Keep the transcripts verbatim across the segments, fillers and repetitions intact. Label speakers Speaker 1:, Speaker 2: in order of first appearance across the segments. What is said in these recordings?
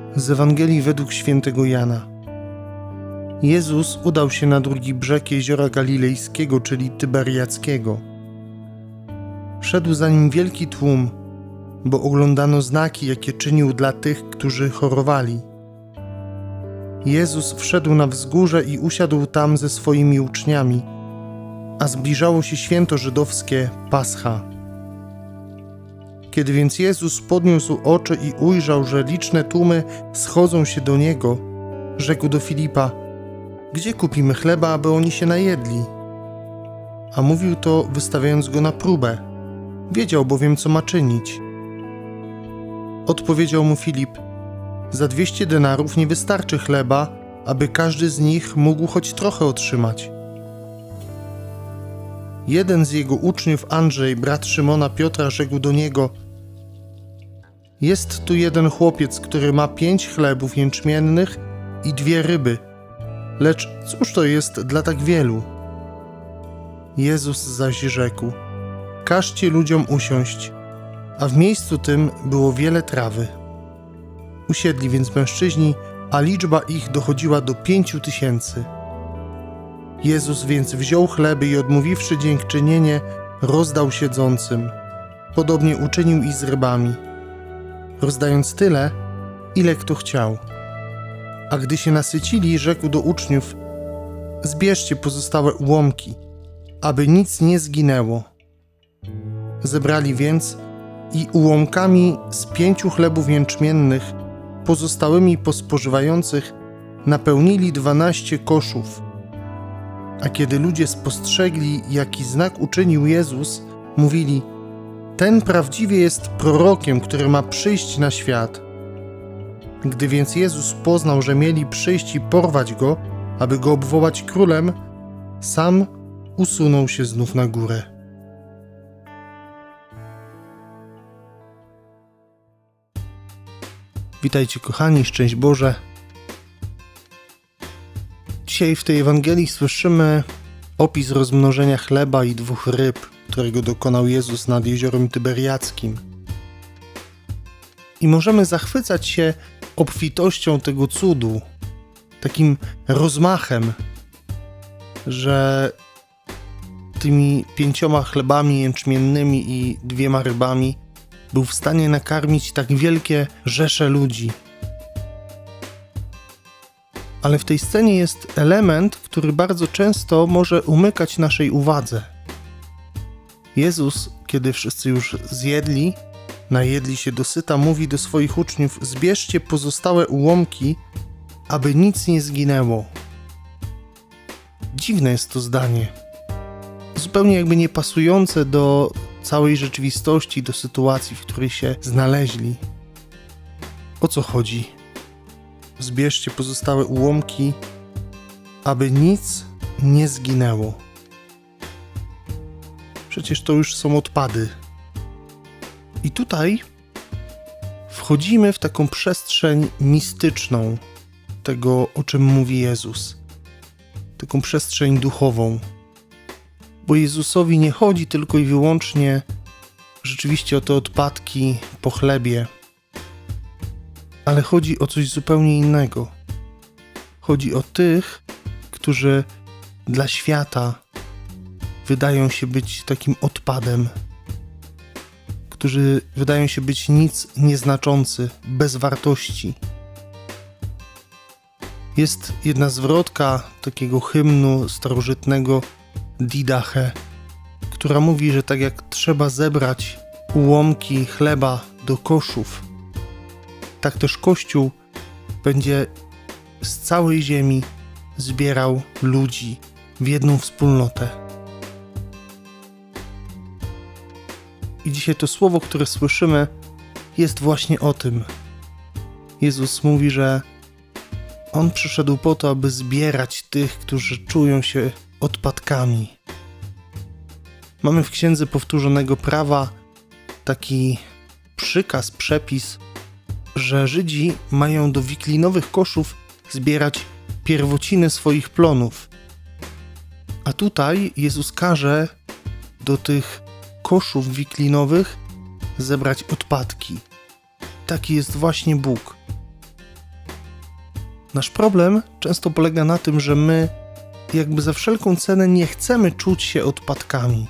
Speaker 1: Z Ewangelii według świętego Jana. Jezus udał się na drugi brzeg jeziora galilejskiego, czyli Tyberiackiego. Szedł za nim wielki tłum, bo oglądano znaki, jakie czynił dla tych, którzy chorowali. Jezus wszedł na wzgórze i usiadł tam ze swoimi uczniami, a zbliżało się święto żydowskie Pascha. Kiedy więc Jezus podniósł oczy i ujrzał, że liczne tłumy schodzą się do Niego, rzekł do Filipa: gdzie kupimy chleba, aby oni się najedli? A mówił to, wystawiając go na próbę. Wiedział bowiem, co ma czynić. Odpowiedział mu Filip: za dwieście denarów nie wystarczy chleba, aby każdy z nich mógł choć trochę otrzymać. Jeden z jego uczniów, Andrzej, brat Szymona Piotra, rzekł do niego: jest tu jeden chłopiec, który ma pięć chlebów jęczmiennych i dwie ryby, lecz cóż to jest dla tak wielu? Jezus zaś rzekł: każcie ludziom usiąść, a w miejscu tym było wiele trawy. Usiedli więc mężczyźni, a liczba ich dochodziła do pięciu tysięcy. Jezus więc wziął chleby i odmówiwszy dziękczynienie, rozdał siedzącym. Podobnie uczynił i z rybami, rozdając tyle, ile kto chciał. A gdy się nasycili, rzekł do uczniów: zbierzcie pozostałe ułomki, aby nic nie zginęło. Zebrali więc i ułomkami z pięciu chlebów jęczmiennych, pozostałymi po spożywających, napełnili dwanaście koszów. A kiedy ludzie spostrzegli, jaki znak uczynił Jezus, mówili: ten prawdziwie jest prorokiem, który ma przyjść na świat. Gdy więc Jezus poznał, że mieli przyjść i porwać go, aby go obwołać królem, sam usunął się znów na górę. Witajcie kochani, szczęść Boże. Dzisiaj w tej Ewangelii słyszymy opis rozmnożenia chleba i dwóch ryb, którego dokonał Jezus nad jeziorem Tyberiackim. I możemy zachwycać się obfitością tego cudu, takim rozmachem, że tymi pięcioma chlebami jęczmiennymi i dwiema rybami był w stanie nakarmić tak wielkie rzesze ludzi. Ale w tej scenie jest element, który bardzo często może umykać naszej uwadze. Jezus, kiedy wszyscy już zjedli, najedli się dosyta, mówi do swoich uczniów: zbierzcie pozostałe ułomki, aby nic nie zginęło. Dziwne jest to zdanie. Zupełnie jakby niepasujące do całej rzeczywistości, do sytuacji, w której się znaleźli. O co chodzi? Zbierzcie pozostałe ułomki, aby nic nie zginęło. Przecież to już są odpady. I tutaj wchodzimy w taką przestrzeń mistyczną tego, o czym mówi Jezus. Taką przestrzeń duchową. Bo Jezusowi nie chodzi tylko i wyłącznie rzeczywiście o te odpadki po chlebie, ale chodzi o coś zupełnie innego. Chodzi o tych, którzy dla świata wydają się być takim odpadem, którzy wydają się być nic nieznaczący, bez wartości. Jest jedna zwrotka takiego hymnu starożytnego Didache, która mówi, że tak jak trzeba zebrać ułomki chleba do koszów, tak też Kościół będzie z całej ziemi zbierał ludzi w jedną wspólnotę. I dzisiaj to słowo, które słyszymy, jest właśnie o tym. Jezus mówi, że On przyszedł po to, aby zbierać tych, którzy czują się odpadkami. Mamy w Księdze Powtórzonego Prawa taki przykaz, przepis, że Żydzi mają do wiklinowych koszów zbierać pierwociny swoich plonów. A tutaj Jezus każe do tych koszów wiklinowych zebrać odpadki. Taki jest właśnie Bóg. Nasz problem często polega na tym, że my jakby za wszelką cenę nie chcemy czuć się odpadkami.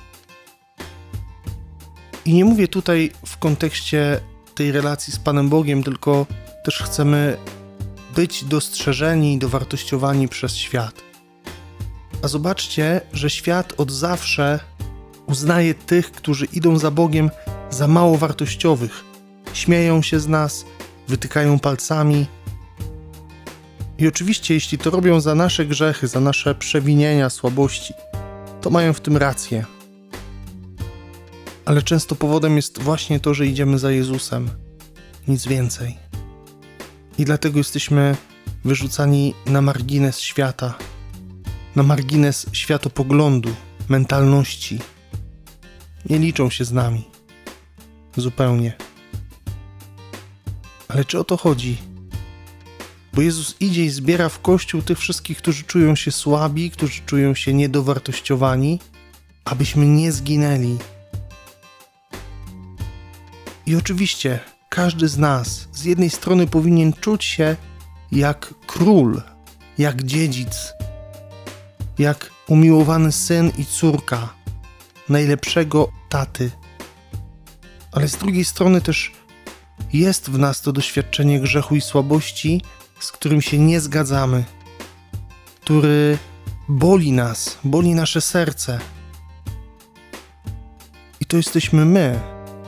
Speaker 1: I nie mówię tutaj w kontekście tej relacji z Panem Bogiem, tylko też chcemy być dostrzeżeni i dowartościowani przez świat. A zobaczcie, że świat od zawsze uznaje tych, którzy idą za Bogiem, za mało wartościowych. Śmieją się z nas, wytykają palcami. I oczywiście, jeśli to robią za nasze grzechy, za nasze przewinienia, słabości, to mają w tym rację. Ale często powodem jest właśnie to, że idziemy za Jezusem. Nic więcej. I dlatego jesteśmy wyrzucani na margines świata, na margines światopoglądu, mentalności. Nie liczą się z nami. Zupełnie. Ale czy o to chodzi? Bo Jezus idzie i zbiera w Kościół tych wszystkich, którzy czują się słabi, którzy czują się niedowartościowani, abyśmy nie zginęli. I oczywiście każdy z nas z jednej strony powinien czuć się jak król, jak dziedzic, jak umiłowany syn i córka najlepszego taty. Ale z drugiej strony też jest w nas to doświadczenie grzechu i słabości, z którym się nie zgadzamy, który boli nas, boli nasze serce. I to jesteśmy my.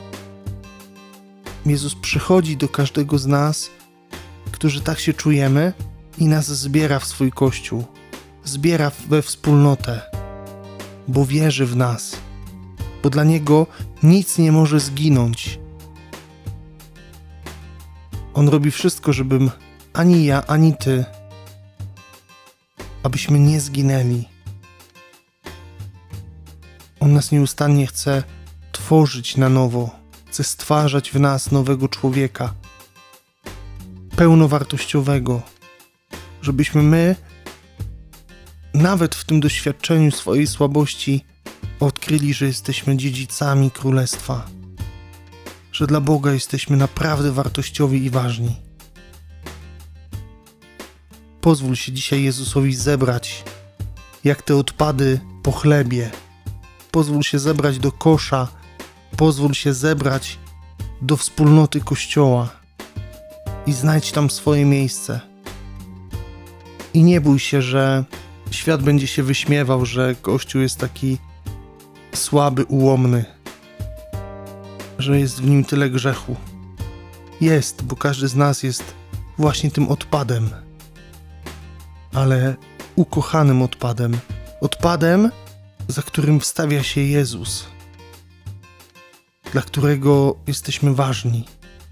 Speaker 1: Jezus przychodzi do każdego z nas, którzy tak się czujemy, i nas zbiera w swój Kościół. Zbiera we wspólnotę, bo wierzy w nas, bo dla Niego nic nie może zginąć. On robi wszystko, żebym ani ja, ani Ty, abyśmy nie zginęli. On nas nieustannie chce tworzyć na nowo, chce stwarzać w nas nowego człowieka, pełnowartościowego, żebyśmy my, nawet w tym doświadczeniu swojej słabości, odkryli, że jesteśmy dziedzicami Królestwa, że dla Boga jesteśmy naprawdę wartościowi i ważni. Pozwól się dzisiaj Jezusowi zebrać, jak te odpady po chlebie. Pozwól się zebrać do kosza, pozwól się zebrać do wspólnoty Kościoła i znajdź tam swoje miejsce. I nie bój się, że świat będzie się wyśmiewał, że Kościół jest taki słaby, ułomny, że jest w nim tyle grzechu. Jest, bo każdy z nas jest właśnie tym odpadem, ale ukochanym odpadem. Odpadem, za którym wstawia się Jezus, dla którego jesteśmy ważni.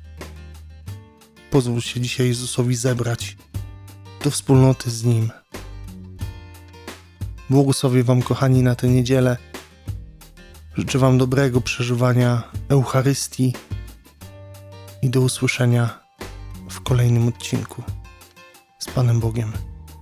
Speaker 1: Pozwól się dzisiaj Jezusowi zebrać do wspólnoty z Nim. Błogosławię Wam, kochani, na tę niedzielę. Życzę Wam dobrego przeżywania Eucharystii i do usłyszenia w kolejnym odcinku z Panem Bogiem.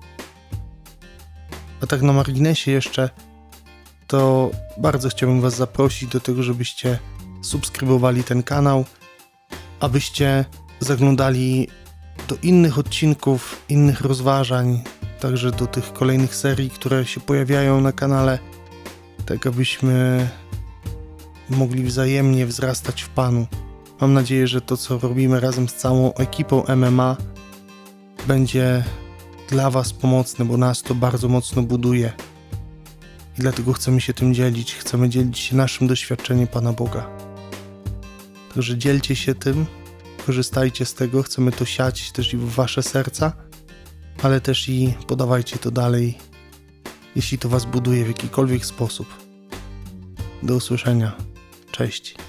Speaker 1: A tak na marginesie jeszcze, to bardzo chciałbym Was zaprosić do tego, żebyście subskrybowali ten kanał, abyście zaglądali do innych odcinków, innych rozważań, także do tych kolejnych serii, które się pojawiają na kanale, tak abyśmy mogli wzajemnie wzrastać w Panu. Mam nadzieję, że to, co robimy razem z całą ekipą M M A, będzie dla Was pomocne, bo nas to bardzo mocno buduje. I dlatego chcemy się tym dzielić, chcemy dzielić się naszym doświadczeniem Pana Boga. Także dzielcie się tym, korzystajcie z tego, chcemy to siać też i w Wasze serca, ale też i podawajcie to dalej, jeśli to Was buduje w jakikolwiek sposób. Do usłyszenia. Cześć.